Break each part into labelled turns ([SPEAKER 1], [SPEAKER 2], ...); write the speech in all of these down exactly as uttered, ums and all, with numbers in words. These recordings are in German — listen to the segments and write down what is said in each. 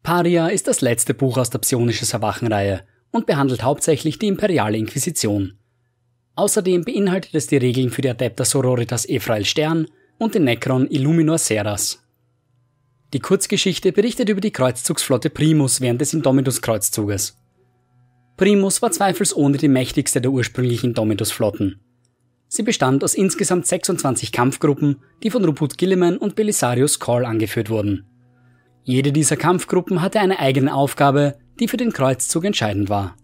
[SPEAKER 1] Paria ist das letzte Buch aus der Psionisches Erwachen-Reihe und behandelt hauptsächlich die imperiale Inquisition. Außerdem beinhaltet es die Regeln für die Adepta Sororitas Ephrael Stern und den Necron Illuminor Serras. Die Kurzgeschichte berichtet über die Kreuzzugsflotte Primus während des Indomitus-Kreuzzuges. Primus war zweifelsohne die mächtigste der ursprünglichen Indomitus-Flotten. Sie bestand aus insgesamt sechsundzwanzig Kampfgruppen, die von Ruput Guilliman und Belisarius Cawl angeführt wurden. Jede dieser Kampfgruppen hatte eine eigene Aufgabe, die für den Kreuzzug entscheidend war.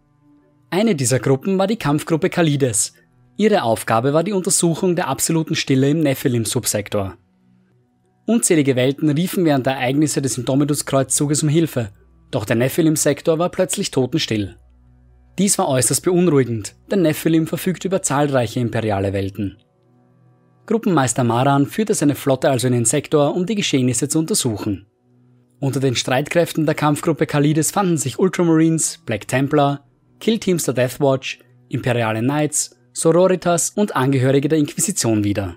[SPEAKER 1] Eine dieser Gruppen war die Kampfgruppe Kalides. Ihre Aufgabe war die Untersuchung der absoluten Stille im Nephilim-Subsektor. Unzählige Welten riefen während der Ereignisse des Indomitus-Kreuzzuges um Hilfe, doch der Nephilim-Sektor war plötzlich totenstill. Dies war äußerst beunruhigend, denn Nephilim verfügt über zahlreiche imperiale Welten. Gruppenmeister Maran führte seine Flotte also in den Sektor, um die Geschehnisse zu untersuchen. Unter den Streitkräften der Kampfgruppe Kalides fanden sich Ultramarines, Black Templar, Killteams der Deathwatch, imperiale Knights, Sororitas und Angehörige der Inquisition wieder.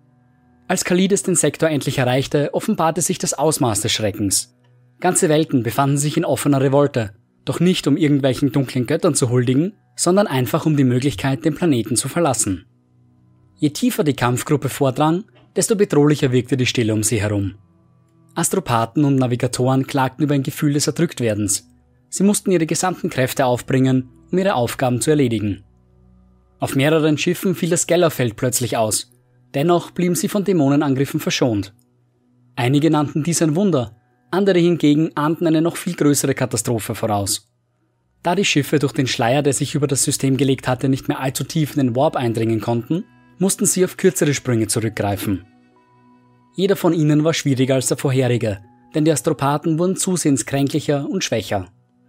[SPEAKER 1] Als Kalides den Sektor endlich erreichte, offenbarte sich das Ausmaß des Schreckens. Ganze Welten befanden sich in offener Revolte, doch nicht um irgendwelchen dunklen Göttern zu huldigen, sondern einfach um die Möglichkeit, den Planeten zu verlassen. Je tiefer die Kampfgruppe vordrang, desto bedrohlicher wirkte die Stille um sie herum. Astropathen und Navigatoren klagten über ein Gefühl des Erdrücktwerdens. Sie mussten ihre gesamten Kräfte aufbringen, um ihre Aufgaben zu erledigen. Auf mehreren Schiffen fiel das Gellerfeld plötzlich aus. Dennoch blieben sie von Dämonenangriffen verschont. Einige nannten dies ein Wunder, andere hingegen ahnten eine noch viel größere Katastrophe voraus. Da die Schiffe durch den Schleier, der sich über das System gelegt hatte, nicht mehr allzu tief in den Warp eindringen konnten, mussten sie auf kürzere Sprünge zurückgreifen. Jeder von ihnen war schwieriger als der vorherige, denn die Astropathen wurden zusehends kränklicher und schwächer.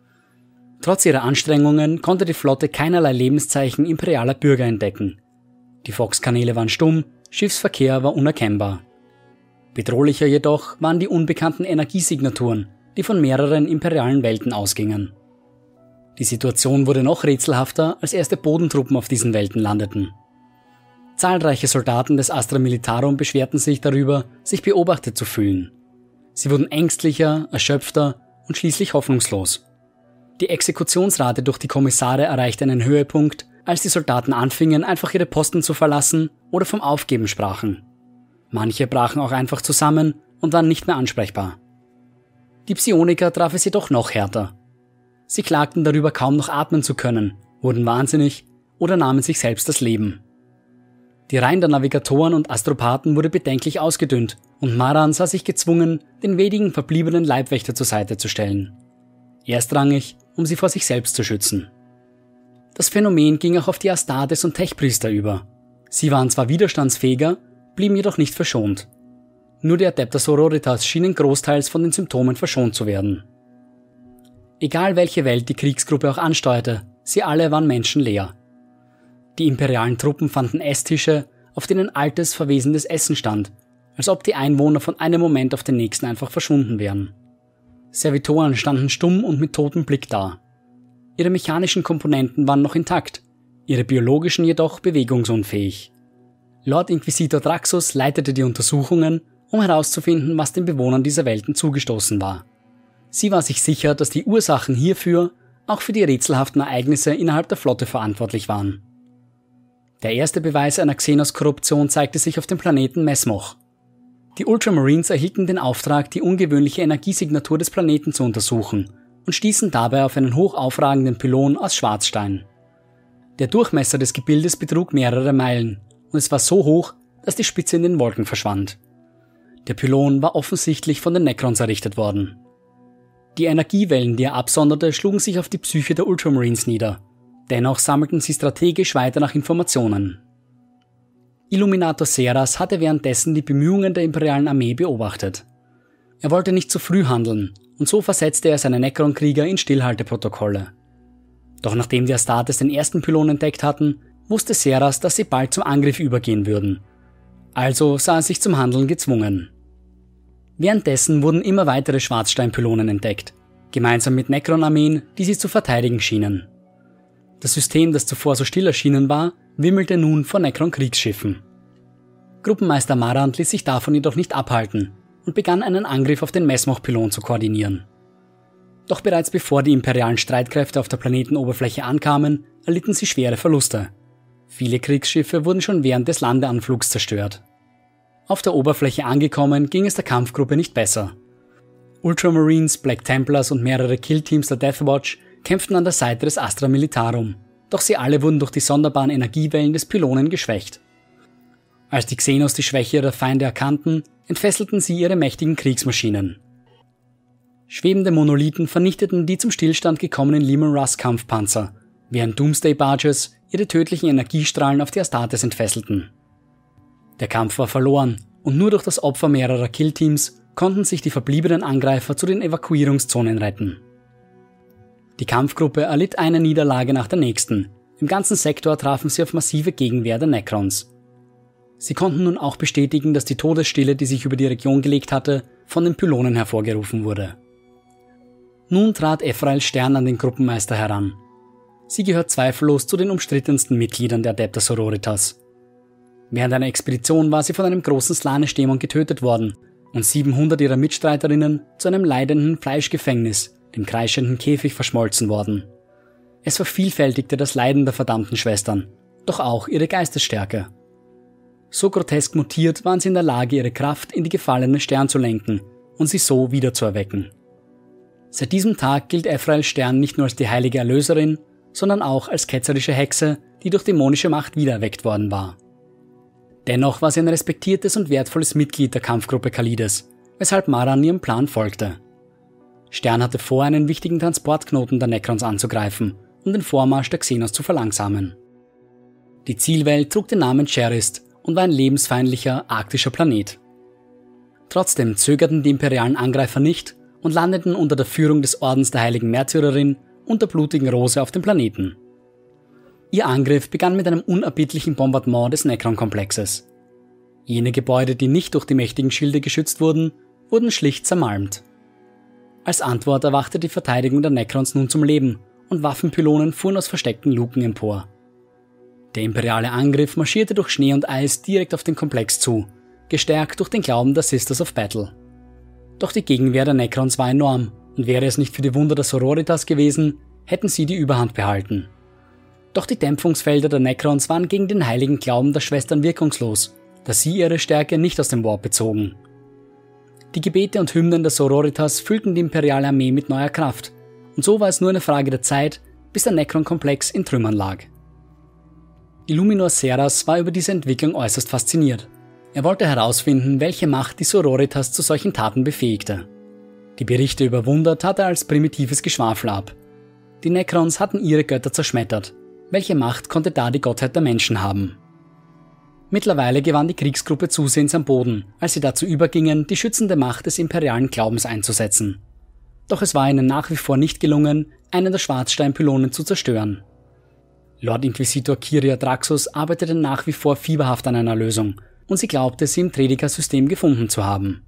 [SPEAKER 1] Trotz ihrer Anstrengungen konnte die Flotte keinerlei Lebenszeichen imperialer Bürger entdecken. Die Fox-Kanäle waren stumm, Schiffsverkehr war unerkennbar. Bedrohlicher jedoch waren die unbekannten Energiesignaturen, die von mehreren imperialen Welten ausgingen. Die Situation wurde noch rätselhafter, als erste Bodentruppen auf diesen Welten landeten. Zahlreiche Soldaten des Astra Militarum beschwerten sich darüber, sich beobachtet zu fühlen. Sie wurden ängstlicher, erschöpfter und schließlich hoffnungslos. Die Exekutionsrate durch die Kommissare erreichte einen Höhepunkt, als die Soldaten anfingen, einfach ihre Posten zu verlassen oder vom Aufgeben sprachen. Manche brachen auch einfach zusammen und waren nicht mehr ansprechbar. Die Psioniker traf es jedoch noch härter. Sie klagten darüber, kaum noch atmen zu können, wurden wahnsinnig oder nahmen sich selbst das Leben. Die Reihen der Navigatoren und Astropathen wurde bedenklich ausgedünnt und Maran sah sich gezwungen, den wenigen verbliebenen Leibwächter zur Seite zu stellen. Erstrangig, um sie vor sich selbst zu schützen. Das Phänomen ging auch auf die Astartes und Techpriester über. Sie waren zwar widerstandsfähiger, blieben jedoch nicht verschont. Nur die Adepta Sororitas schienen großteils von den Symptomen verschont zu werden. Egal welche Welt die Kriegsgruppe auch ansteuerte, sie alle waren menschenleer. Die imperialen Truppen fanden Esstische, auf denen altes, verwesendes Essen stand, als ob die Einwohner von einem Moment auf den nächsten einfach verschwunden wären. Servitoren standen stumm und mit totem Blick da. Ihre mechanischen Komponenten waren noch intakt, ihre biologischen jedoch bewegungsunfähig. Lord Inquisitor Draxus leitete die Untersuchungen, um herauszufinden, was den Bewohnern dieser Welten zugestoßen war. Sie war sich sicher, dass die Ursachen hierfür auch für die rätselhaften Ereignisse innerhalb der Flotte verantwortlich waren. Der erste Beweis einer Xenos-Korruption zeigte sich auf dem Planeten Mesmoch. Die Ultramarines erhielten den Auftrag, die ungewöhnliche Energiesignatur des Planeten zu untersuchen und stießen dabei auf einen hoch aufragenden Pylon aus Schwarzstein. Der Durchmesser des Gebildes betrug mehrere Meilen und es war so hoch, dass die Spitze in den Wolken verschwand. Der Pylon war offensichtlich von den Necrons errichtet worden. Die Energiewellen, die er absonderte, schlugen sich auf die Psyche der Ultramarines nieder. Dennoch sammelten sie strategisch weiter nach Informationen. Illuminator Serras hatte währenddessen die Bemühungen der imperialen Armee beobachtet. Er wollte nicht zu früh handeln und so versetzte er seine Necron-Krieger in Stillhalteprotokolle. Doch nachdem die Astartes den ersten Pylon entdeckt hatten, wusste Serras, dass sie bald zum Angriff übergehen würden. Also sah er sich zum Handeln gezwungen. Währenddessen wurden immer weitere Schwarzsteinpylonen entdeckt, gemeinsam mit Necron-Armeen, die sie zu verteidigen schienen. Das System, das zuvor so still erschienen war, wimmelte nun von Necron-Kriegsschiffen. Gruppenmeister Marant ließ sich davon jedoch nicht abhalten und begann einen Angriff auf den Mesmoch-Pylon zu koordinieren. Doch bereits bevor die imperialen Streitkräfte auf der Planetenoberfläche ankamen, erlitten sie schwere Verluste. Viele Kriegsschiffe wurden schon während des Landeanflugs zerstört. Auf der Oberfläche angekommen, ging es der Kampfgruppe nicht besser. Ultramarines, Black Templars und mehrere Killteams der Death Watch kämpften an der Seite des Astra Militarum, doch sie alle wurden durch die sonderbaren Energiewellen des Pylonen geschwächt. Als die Xenos die Schwäche ihrer Feinde erkannten, entfesselten sie ihre mächtigen Kriegsmaschinen. Schwebende Monolithen vernichteten die zum Stillstand gekommenen Leman Russ Kampfpanzer, während Doomsday Barges ihre tödlichen Energiestrahlen auf die Astartes entfesselten. Der Kampf war verloren und nur durch das Opfer mehrerer Killteams konnten sich die verbliebenen Angreifer zu den Evakuierungszonen retten. Die Kampfgruppe erlitt eine Niederlage nach der nächsten. Im ganzen Sektor trafen sie auf massive Gegenwehr der Necrons. Sie konnten nun auch bestätigen, dass die Todesstille, die sich über die Region gelegt hatte, von den Pylonen hervorgerufen wurde. Nun trat Ephrael Stern an den Gruppenmeister heran. Sie gehört zweifellos zu den umstrittensten Mitgliedern der Adepta Sororitas. Während einer Expedition war sie von einem großen Slaanesh-Dämon getötet worden und siebenhundert ihrer Mitstreiterinnen zu einem leidenden Fleischgefängnis, dem kreischenden Käfig, verschmolzen worden. Es vervielfältigte das Leiden der verdammten Schwestern, doch auch ihre Geistesstärke. So grotesk mutiert waren sie in der Lage, ihre Kraft in die gefallene Stern zu lenken und sie so wiederzuerwecken. Seit diesem Tag gilt Ephrael Stern nicht nur als die heilige Erlöserin, sondern auch als ketzerische Hexe, die durch dämonische Macht wiedererweckt worden war. Dennoch war sie ein respektiertes und wertvolles Mitglied der Kampfgruppe Khalides, weshalb Maran ihrem Plan folgte. Stern hatte vor, einen wichtigen Transportknoten der Necrons anzugreifen, um den Vormarsch der Xenos zu verlangsamen. Die Zielwelt trug den Namen Cherist und war ein lebensfeindlicher, arktischer Planet. Trotzdem zögerten die imperialen Angreifer nicht und landeten unter der Führung des Ordens der Heiligen Märtyrerin und der blutigen Rose auf dem Planeten. Ihr Angriff begann mit einem unerbittlichen Bombardement des Necron-Komplexes. Jene Gebäude, die nicht durch die mächtigen Schilde geschützt wurden, wurden schlicht zermalmt. Als Antwort erwachte die Verteidigung der Necrons nun zum Leben und Waffenpylonen fuhren aus versteckten Luken empor. Der imperiale Angriff marschierte durch Schnee und Eis direkt auf den Komplex zu, gestärkt durch den Glauben der Sisters of Battle. Doch die Gegenwehr der Necrons war enorm und wäre es nicht für die Wunder der Sororitas gewesen, hätten sie die Überhand behalten. Doch die Dämpfungsfelder der Necrons waren gegen den heiligen Glauben der Schwestern wirkungslos, da sie ihre Stärke nicht aus dem Warp bezogen. Die Gebete und Hymnen der Sororitas füllten die imperiale Armee mit neuer Kraft, und so war es nur eine Frage der Zeit, bis der Necron-Komplex in Trümmern lag. Illuminor Serras war über diese Entwicklung äußerst fasziniert. Er wollte herausfinden, welche Macht die Sororitas zu solchen Taten befähigte. Die Berichte über Wunder tat er als primitives Geschwafel ab. Die Necrons hatten ihre Götter zerschmettert. Welche Macht konnte da die Gottheit der Menschen haben? Mittlerweile gewann die Kriegsgruppe zusehends am Boden, als sie dazu übergingen, die schützende Macht des imperialen Glaubens einzusetzen. Doch es war ihnen nach wie vor nicht gelungen, einen der Schwarzsteinpylonen zu zerstören. Lord Inquisitor Kyria Draxus arbeitete nach wie vor fieberhaft an einer Lösung und sie glaubte, sie im Tredika-System gefunden zu haben.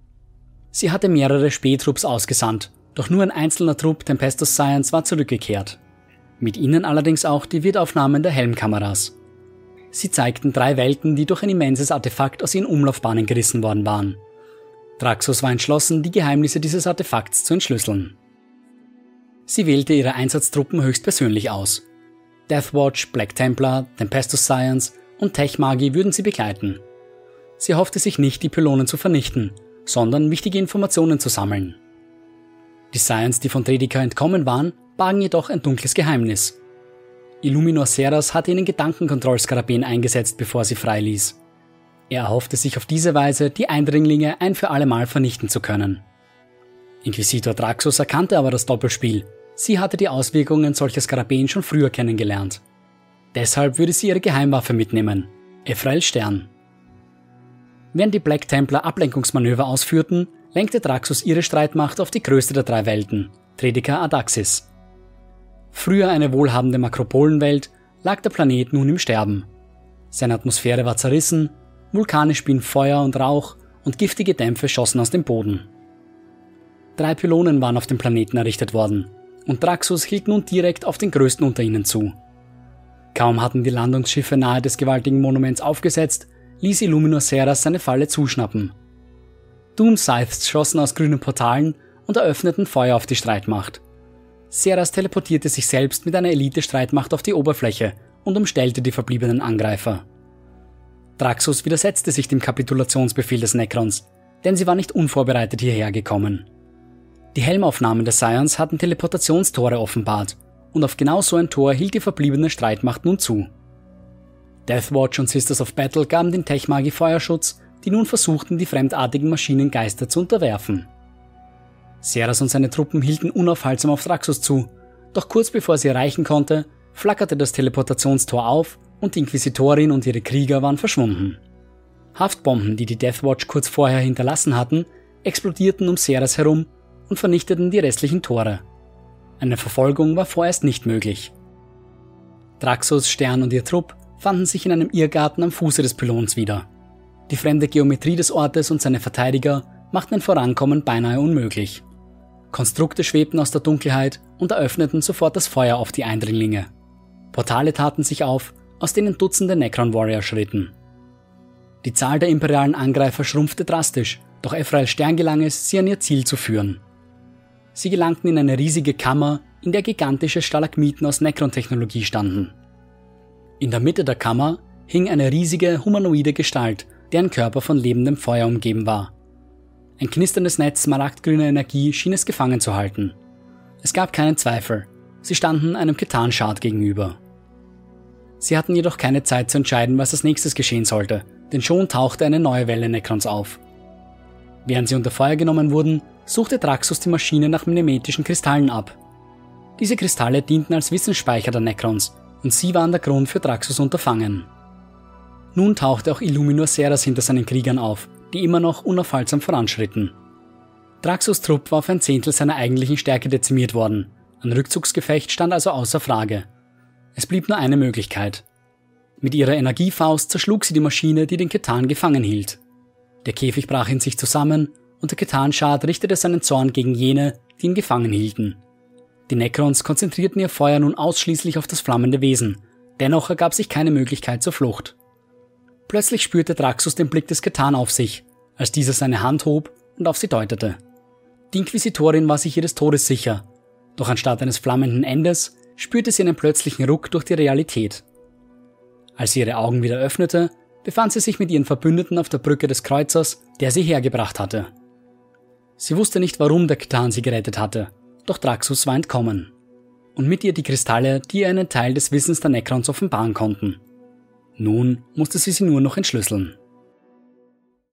[SPEAKER 1] Sie hatte mehrere Spähtrupps ausgesandt, doch nur ein einzelner Trupp Tempestus Science war zurückgekehrt. Mit ihnen allerdings auch die Wirtaufnahmen der Helmkameras. Sie zeigten drei Welten, die durch ein immenses Artefakt aus ihren Umlaufbahnen gerissen worden waren. Draxus war entschlossen, die Geheimnisse dieses Artefakts zu entschlüsseln. Sie wählte ihre Einsatztruppen höchstpersönlich aus. Deathwatch, Black Templar, Tempestus Science und Tech-Magi würden sie begleiten. Sie hoffte sich nicht, die Pylonen zu vernichten, sondern wichtige Informationen zu sammeln. Die Science, die von Tredika entkommen waren, bargen jedoch ein dunkles Geheimnis. Illuminor Serras hatte ihnen Gedankenkontrollskarabäen eingesetzt, bevor sie freiließ. Er erhoffte sich auf diese Weise, die Eindringlinge ein für allemal vernichten zu können. Inquisitor Draxus erkannte aber das Doppelspiel. Sie hatte die Auswirkungen solcher Skarabäen schon früher kennengelernt. Deshalb würde sie ihre Geheimwaffe mitnehmen, Ephrael Stern. Während die Black Templar Ablenkungsmanöver ausführten, lenkte Draxus ihre Streitmacht auf die größte der drei Welten, Tredika Adaxis. Früher eine wohlhabende Makropolenwelt, lag der Planet nun im Sterben. Seine Atmosphäre war zerrissen, Vulkane spien Feuer und Rauch und giftige Dämpfe schossen aus dem Boden. Drei Pylonen waren auf dem Planeten errichtet worden und Draxus hielt nun direkt auf den größten unter ihnen zu. Kaum hatten die Landungsschiffe nahe des gewaltigen Monuments aufgesetzt, ließ Illuminor Serras seine Falle zuschnappen. Doom Scythes schossen aus grünen Portalen und eröffneten Feuer auf die Streitmacht. Seras teleportierte sich selbst mit einer Elite-Streitmacht auf die Oberfläche und umstellte die verbliebenen Angreifer. Draxus widersetzte sich dem Kapitulationsbefehl des Necrons, denn sie war nicht unvorbereitet hierher gekommen. Die Helmaufnahmen des Scions hatten Teleportationstore offenbart, und auf genau so ein Tor hielt die verbliebene Streitmacht nun zu. Deathwatch und Sisters of Battle gaben den Techmagi Feuerschutz, die nun versuchten, die fremdartigen Maschinengeister zu unterwerfen. Seras und seine Truppen hielten unaufhaltsam auf Draxus zu, doch kurz bevor sie erreichen konnte, flackerte das Teleportationstor auf und die Inquisitorin und ihre Krieger waren verschwunden. Haftbomben, die die Deathwatch kurz vorher hinterlassen hatten, explodierten um Seras herum und vernichteten die restlichen Tore. Eine Verfolgung war vorerst nicht möglich. Draxus, Stern und ihr Trupp fanden sich in einem Irrgarten am Fuße des Pylons wieder. Die fremde Geometrie des Ortes und seine Verteidiger machten ein Vorankommen beinahe unmöglich. Konstrukte schwebten aus der Dunkelheit und eröffneten sofort das Feuer auf die Eindringlinge. Portale taten sich auf, aus denen Dutzende Necron-Warrior schritten. Die Zahl der imperialen Angreifer schrumpfte drastisch, doch Ephrael Stern gelang es, sie an ihr Ziel zu führen. Sie gelangten in eine riesige Kammer, in der gigantische Stalagmiten aus Necron-Technologie standen. In der Mitte der Kammer hing eine riesige humanoide Gestalt, deren Körper von lebendem Feuer umgeben war. Ein knisterndes Netz smaragdgrüner Energie schien es gefangen zu halten. Es gab keinen Zweifel, sie standen einem Ketan-Shard gegenüber. Sie hatten jedoch keine Zeit zu entscheiden, was als nächstes geschehen sollte, denn schon tauchte eine neue Welle Necrons auf. Während sie unter Feuer genommen wurden, suchte Draxus die Maschine nach mimetischen Kristallen ab. Diese Kristalle dienten als Wissensspeicher der Necrons und sie waren der Grund für Draxus' Unterfangen. Nun tauchte auch Illuminor Seras hinter seinen Kriegern auf, die immer noch unaufhaltsam voranschritten. Draxus' Trupp war auf ein Zehntel seiner eigentlichen Stärke dezimiert worden, ein Rückzugsgefecht stand also außer Frage. Es blieb nur eine Möglichkeit. Mit ihrer Energiefaust zerschlug sie die Maschine, die den Ketan gefangen hielt. Der Käfig brach in sich zusammen und der Ketan-Shard richtete seinen Zorn gegen jene, die ihn gefangen hielten. Die Necrons konzentrierten ihr Feuer nun ausschließlich auf das flammende Wesen, dennoch ergab sich keine Möglichkeit zur Flucht. Plötzlich spürte Draxus den Blick des Ketan auf sich, als dieser seine Hand hob und auf sie deutete. Die Inquisitorin war sich ihres Todes sicher, doch anstatt eines flammenden Endes spürte sie einen plötzlichen Ruck durch die Realität. Als sie ihre Augen wieder öffnete, befand sie sich mit ihren Verbündeten auf der Brücke des Kreuzers, der sie hergebracht hatte. Sie wusste nicht, warum der Ketan sie gerettet hatte, doch Draxus war entkommen. Und mit ihr die Kristalle, die ihr einen Teil des Wissens der Necrons offenbaren konnten. Nun musste sie sie nur noch entschlüsseln.